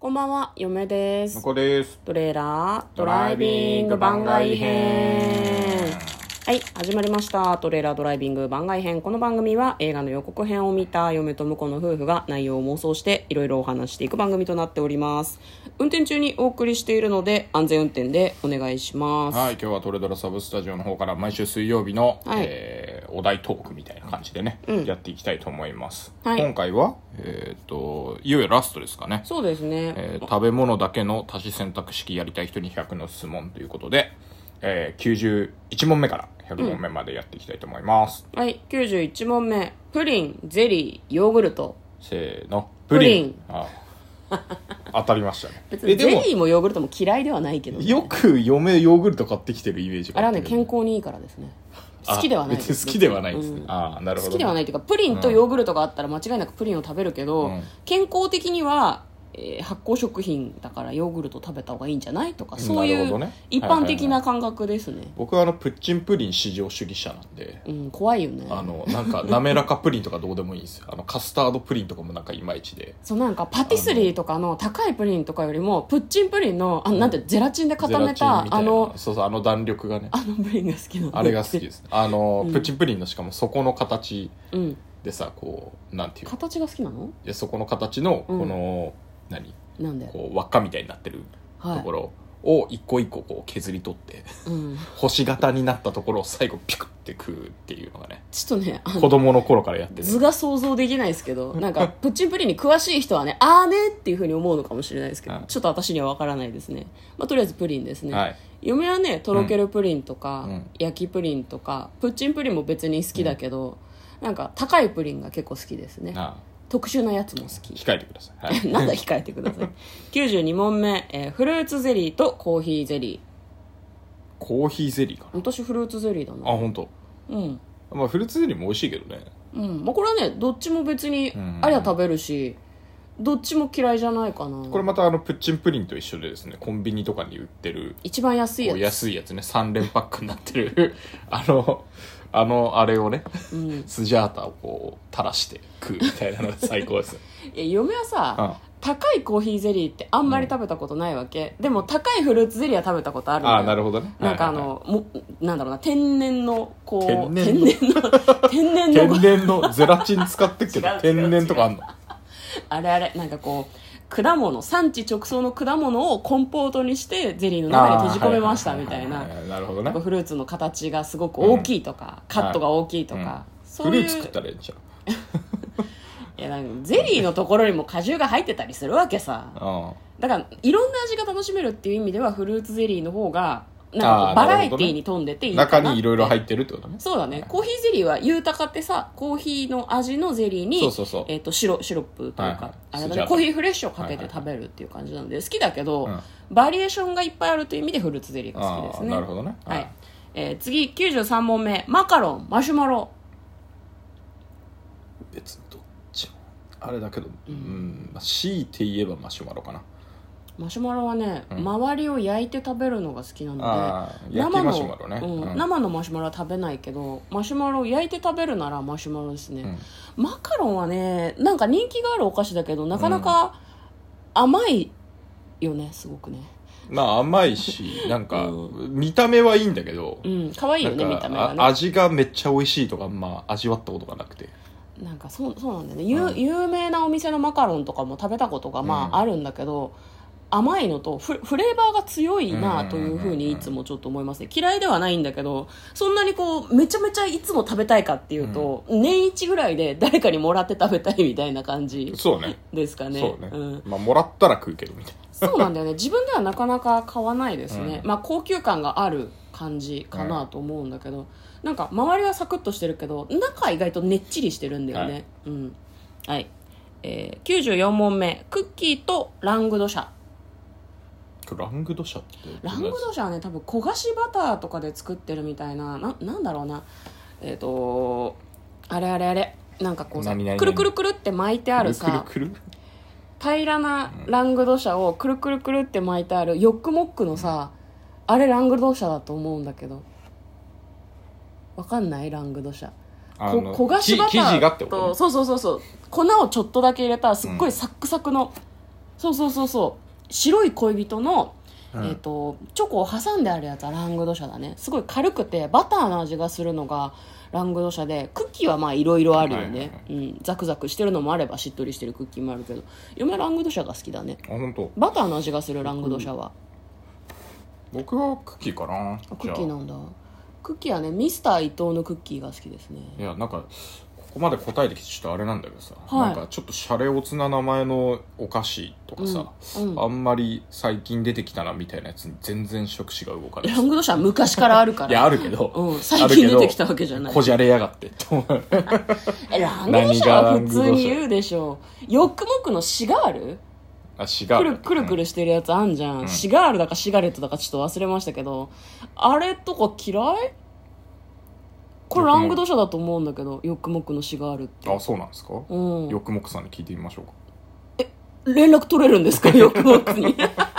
こんばんは、嫁です。 向こうです。 トレーラードライビング番外編。はい、始まりました。トレーラードライビング番外編。この番組は映画の予告編を見た嫁と婿の夫婦が内容を妄想していろいろお話していく番組となっております。運転中にお送りしているので安全運転でお願いします。 はい、今日はトレドラサブスタジオの方から毎週水曜日の、 はいお題トークみたいな感じでね、やっていきたいと思います。 はい今回は、いよいよラストですかね。 そうですね。 食べ物だけの多子選択式やりたい人に100の質問ということで、91問目から100問目までやっていきたいと思います。 はい、91問目。プリン、ゼリー、ヨーグルト。 せーの、 プリン。 当たりましたね。 別にゼリーもヨーグルトも嫌いではないけど、ね、 よく嫁ヨーグルト買ってきてるイメージがあれはね、健康にいいからですね。好きではないです。 別に好きではないですね。なるほど。 好きではないというか、プリンとヨーグルトがあったら間違いなくプリンを食べるけど、健康的には、発酵食品だからヨーグルト食べた方がいいんじゃないとか、そういう一般的な感覚ですね。 僕はプッチンプリン至上主義者なんで、 怖いよね。 なんか滑らかプリンとかどうでもいいんですよ。カスタードプリンとかもなんかいまいちで、 そう、なんかパティスリーとかの高いプリンとかよりもプッチンプリンのなんてゼラチンで固めたそう弾力がね、 プリンが好きなの。 あれが好きですね。プッチンプリンのしかも底の形でさ、こうなんていう形が好きなの？ いや、そこの形のこの、 なんでこう輪っかみたいになってるところを一個一個こう削り取って、星型になったところを最後ピクって食うっていうのがね、 ちょっとね、 子供の頃からやってる。 図が想像できないですけど、なんかプッチンプリンに詳しい人はね、あーねっていう風に思うのかもしれないですけど、ちょっと私には分からないですね。とりあえずプリンですね。はい、嫁はね、とろけるプリンとか、焼きプリンとか、プッチンプリンも別に好きだけど、なんか高いプリンが結構好きですね。特殊なやつも好き。 控えてください。はい、 なんだ控えてください。92問目、フルーツゼリーとコーヒーゼリー。コーヒーゼリーかな。 私フルーツゼリーだな。 本当。フルーツゼリーも美味しいけどね。 これはね、どっちも別にありゃ食べるし、どっちも嫌いじゃないかな。 これまたプッチンプリンと一緒でですね、コンビニとかに売ってる一番安いやつ。 安いやつね、3連パックになってるあれをね、スジャータをこう垂らして食うみたいなのが最高です。 嫁はさ、高いコーヒーゼリーってあんまり食べたことないわけ、でも高いフルーツゼリーは食べたことあるんだよ。 なるほどね。 なんかなんだろうな、天然のこう天然のゼラチン使ってっけど天然とかあんの？ あれなんかこう果物、産地直送の果物をコンポートにしてゼリーの中に閉じ込めましたみたいな。 なるほどね。 フルーツの形がすごく大きいとか、カットが大きいとか、 そういうフルーツ食ったらいいんじゃん。 いや、なんかゼリーのところにも果汁が入ってたりするわけさ。だからいろんな味が楽しめるっていう意味ではフルーツゼリーの方がなんかバラエティーに富んでていいかなって。 中にいろいろ入ってるってことね。 そうだね。コーヒーゼリーは豊かってさ、コーヒーの味のゼリーにシロップというか、あれだね、コーヒーフレッシュをかけて食べるっていう感じなので好きだけど、バリエーションがいっぱいあるという意味でフルーツゼリーが好きですね。 なるほどね。 はい。次93問目、マカロン、マシュマロ。 別にどっちもあれだけど、強いて言えばマシュマロかな。 マシュマロはね、周りを焼いて食べるのが好きなので、 焼きマシュマロね、 生のマシュマロは食べないけど、マシュマロを焼いて食べるならマシュマロですね。マカロンはね、なんか人気があるお菓子だけどなかなか甘いよね、すごくね。 甘いし、なんか見た目はいいんだけど、 可愛いよね、見た目がね。 味がめっちゃ美味しいとか味わったことがなくて、 なんかそうなんだよね、有名なお店のマカロンとかも食べたことがあるんだけど、甘いのとフレーバーが強いなというふうにいつもちょっと思いますね。嫌いではないんだけど、そんなにこうめちゃめちゃいつも食べたいかっていうと、年一ぐらいで誰かにもらって食べたいみたいな感じですかね。 そうね。もらったら食うけどみたいな。 そうなんだよね。自分ではなかなか買わないですね。高級感がある感じかなと思うんだけど、なんか周りはサクッとしてるけど中は意外とねっちりしてるんだよね。はい。94問目、クッキーとラングドシャ。 ラングドシャってラングドシャはね、多分焦がしバターとかで作ってるみたいな、なんだろうな、あれなんかこうさ、くるくるくるって巻いてあるさ、平らなラングドシャをくるくるくるって巻いてあるヨックモックのさ、あれラングドシャだと思うんだけど、わかんない？ラングドシャ焦がしバターと、そう粉をちょっとだけ入れたすっごいサックサクのそうそうそうそう、白い恋人の、 うん、 チョコを挟んであるやつはラングドシャだね。すごい軽くてバターの味がするのがラングドシャで、クッキーはまあいろいろあるよね、うん、ザクザクしてるのもあればしっとりしてるクッキーもあるけど、嫁はラングドシャが好きだね。 あ、本当。 バターの味がするラングドシャは。 僕はクッキーかな。 クッキーなんだ。クッキーはね、ミスター伊藤のクッキーが好きですね。 いや、なんかここまで答えてきてちょっとあれなんだけどさ、 はい、 なんかちょっとシャレオツな名前のお菓子とかさ、 うんうん、 あんまり最近出てきたなみたいなやつに全然触手が動かない。 ラングドシャは昔からあるから。 いやあるけど、 うん、最近出てきたわけじゃない。 こじゃれやがってラングドシャは普通に言うでしょ。ヨックモックのシガール、 あ、シガールくるくるしてるやつあんじゃん、うん、シガールだかシガレットだかちょっと忘れましたけど、あれとか嫌い？これラングドシャだと思うんだけど、ヨックモックのシガールって。 あ、そうなんですか、うん、ヨックモックさんに聞いてみましょうか。 連絡取れるんですかヨックモックに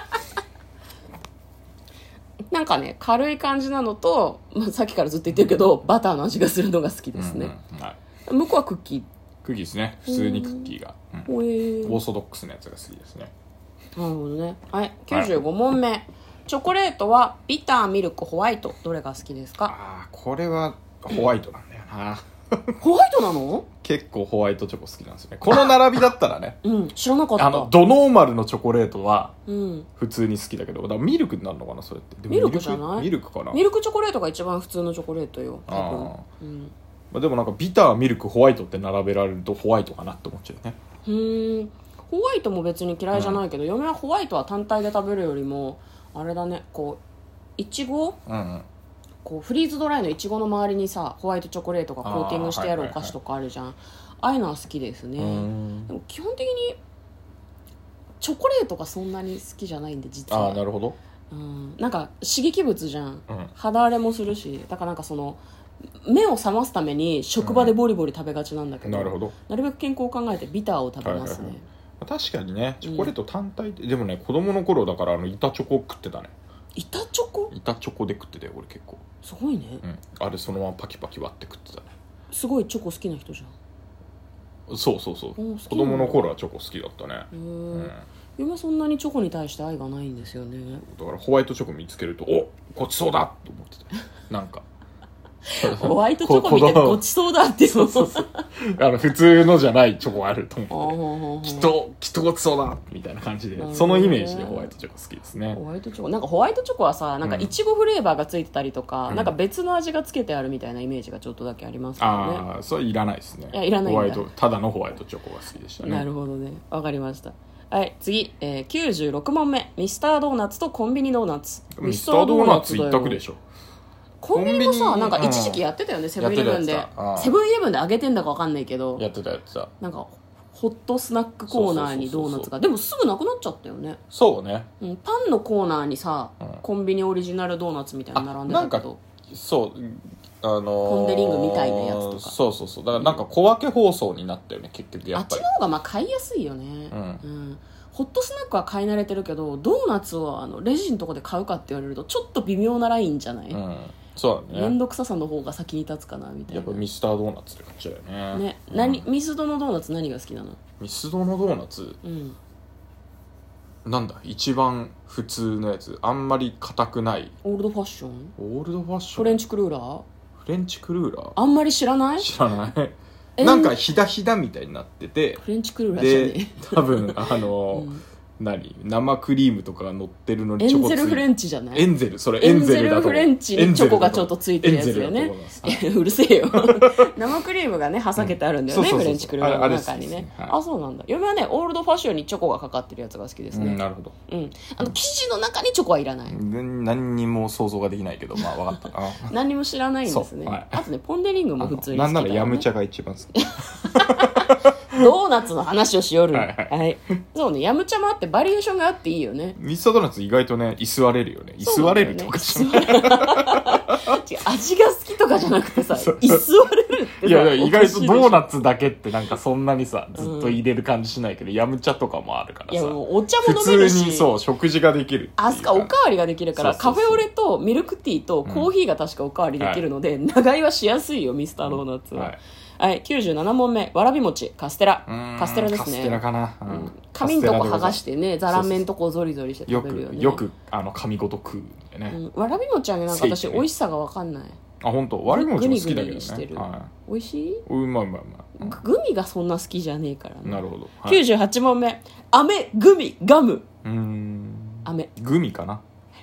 なんかね、軽い感じなのと、まあ、さっきからずっと言ってるけどバターの味がするのが好きですね、 うんうん、はい、 向こうはクッキー。 クッキーですね、普通にクッキーが、うん、オーソドックスなやつが好きですね。 なるほどね。はい、95問目、はい、チョコレートはビター、ミルク、ホワイト、どれが好きですか？ あ、これはホワイトなんだよなホワイトなの？ 結構ホワイトチョコ好きなんですよね。この並びだったらねうん、知らなかった。 ドノーマルのチョコレートは普通に好きだけど、だからミルクになるのかなそれって。でもミルクじゃない？ ミルクかな。 ミルクチョコレートが一番普通のチョコレートよ多分。うん、 まあ、でもなんかビター、ミルク、ホワイトって並べられるとホワイトかなって思っちゃうね。 ホワイトも別に嫌いじゃないけど、嫁はホワイトは単体で食べるよりもあれだね、こういちご、こうフリーズドライのいちごの周りにさホワイトチョコレートがコーティングしてあるお菓子とかあるじゃん、ああいうのは好きですね。でも基本的にチョコレートがそんなに好きじゃないんで実は。 あ、なるほど。 なんか刺激物じゃん、肌荒れもするし、だからなんかその目を覚ますために職場でボリボリ食べがちなんだけど、 なるほど、 なるべく健康を考えてビターを食べますね、 確かにね、チョコレート単体で、でもね、子供の頃だから板チョコ食ってたね。 板チョコ？ 板チョコで食ってたよ俺結構。 すごいね、 あれそのままパキパキ割って食ってたね。 すごいチョコ好きな人じゃん。そうそうそう、子供の頃はチョコ好きだったね。 今そんなにチョコに対して愛がないんですよね。 だからホワイトチョコ見つけるとおごちそうだと思ってたなんかホワイトチョコ見てごちそうだってそう普通のじゃないチョコあると思って、きっとごちそうだみたいな感じで、そのイメージでホワイトチョコ好きですね。 ホワイトチョコなんかホワイトチョコはさ、なんかいちごフレーバーがついてたりとか、なんか別の味がつけてあるみたいなイメージがちょっとだけありますけどね。 ああ、それいらないですね。 いや、いらないんだ。 ホワイト、ただのホワイトチョコが好きでしたね。 なるほどね、わかりました。はい、次、96問目、ミスタードーナツとコンビニドーナツ。 ミスタードーナツ一択でしょ。 コンビニもさ、なんか一時期やってたよね、セブンイレブンで。セブンイレブンで揚げてんだかわかんないけど、 やってたやってた。 なんかホットスナックコーナーにドーナツが、でもすぐなくなっちゃったよね。 そうね、 パンのコーナーにさ、コンビニオリジナルドーナツみたいなの並んでたけど、 そうポンデリングみたいなやつとか、 そうだからなんか小分け包装になったよね結局。やっぱりあっちの方がまあ買いやすいよね。ホットスナックは買い慣れてるけど、ドーナツをレジのとこで買うかって言われるとちょっと微妙なラインじゃない？ そうだね。 面倒くささの方が先に立つかなみたいな。 やっぱミスタードーナツで買っちゃうよね。 ミスドのドーナツ何が好きなの？ ミスドのドーナツ、なんだ一番普通のやつ、あんまり硬くない。 オールドファッション？ オールドファッション。 フレンチクルーラー？ フレンチクルーラーあんまり知らない？ 知らないなんかひだひだみたいになってて、 フレンチクルーラーじゃねえ。 で多分生クリームとかが乗ってるのにチョコついてる。 エンゼルフレンチじゃない？ エンゼルそれエンゼルだとフレンチにチョコがちょっとついてるやつよね。うるせえよ生クリームがねはさけてあるんだよね、フレンチクルーラーの中にね。あ、そうなんだ。嫁はねオールドファッションにチョコがかかってるやつが好きですね。 なるほど。 生地の中にチョコはいらない。 何にも想像ができないけど、まあ分かったかな何にも知らないんですね。あとねポンデリングも普通に好きだよね。 なんならヤムチャが一番好きドーナツの話をしよる。そうね、ヤムチャもあってバリエーションがあっていいよね。 ミスタードーナツ意外とね居座れるよね。居座れるとかじゃない。 味が好きとかじゃなくてさ、居座れるって。 いや意外とドーナツだけってなんかそんなにさずっと入れる感じしないけど、ヤムチャとかもあるからさ。 いやもうお茶も飲めるし、 普通にそう食事ができる。 おかわりができるから、カフェオレとミルクティーとコーヒーが確かおかわりできるので、長居はしやすいよミスタードーナツは。はい、97問目、わらび餅カステラ。カステラですね。 カステラかな。 紙んとこ剥がしてね、ザラメんとこゾリゾリして食べるよね。 よく紙ごと食うんだよね、 わらび餅はね、なんか私せいてね美味しさが分かんない。 あ、本当。わらび餅も好きだけどね。 グニグニしてる、 は美味しい。 うまいうまい、 グミがそんな好きじゃねえからね。 なるほど、はい、 98問目、飴、グミ、ガム。飴、 グミかな。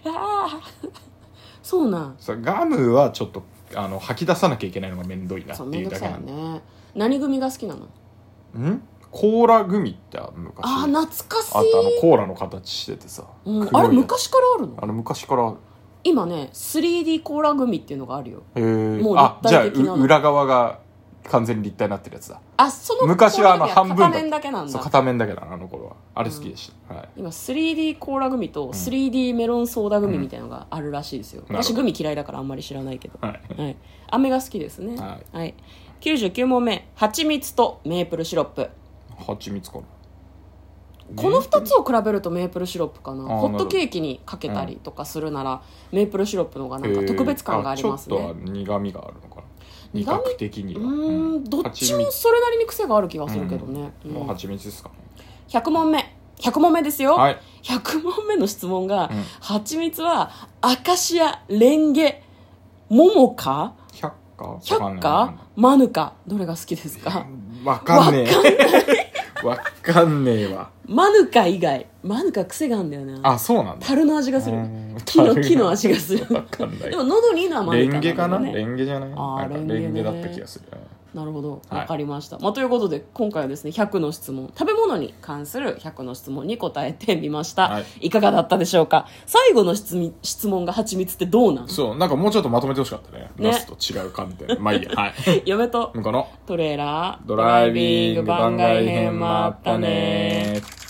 そうなん。 ガムはちょっと吐き出さなきゃいけないのがめんどいなっていうだけなんで。 ね。何グミが好きなの？ コーラグミって昔懐かしい。 あったコーラの形しててさ、 あれ昔からあるの？ 昔からある。 今ね 3D コーラグミっていうのがあるよ。もう立体的な。じゃあ裏側が完全に立体になってるやつだ。 その昔は半分だ片面だけなんだ。 そう、片面だけだ、あの頃はあれ好きでした、はい、 今 3D コーラグミと 3D メロンソーダグミみたいなのがあるらしいですよ、私グミ嫌いだからあんまり知らないけど、はい飴が好きですね。はい、99問目、蜂蜜とメープルシロップ。 蜂蜜かな。 この2つを比べるとメープルシロップかな。ホットケーキにかけたりとかするなら、メープルシロップの方がなんか特別感がありますね。 ちょっと苦味があるのかな、味覚的には。 どっちもそれなりに癖がある気がするけどね。 もう蜂蜜ですかね。 100問目ですよ、 はい、 100問目の質問が、蜂蜜はアカシア、レンゲ、モモカ、百花、マヌカ、どれが好きですか？ わかんねえわかんねえわ。 マヌカ以外、マヌカ癖があるんだよね。 あ、そうなんだ。 樽の味がする。木の味がする。 わかんない。 でも喉にいいのはマヌカ、 レンゲかな。レンゲじゃない。 レンゲだった気がする。 なるほど、わかりました、ということで今回はですね100の質問、食べ物に関する100の質問に答えてみました、いかがだったでしょうか。最後の質問が蜂蜜ってどうなの？ そう、なんかもうちょっとまとめてほしかったね。ラスト違う観点。まあいいや。はい。 嫁と向こうのトレーラードライビング番外編もあったね。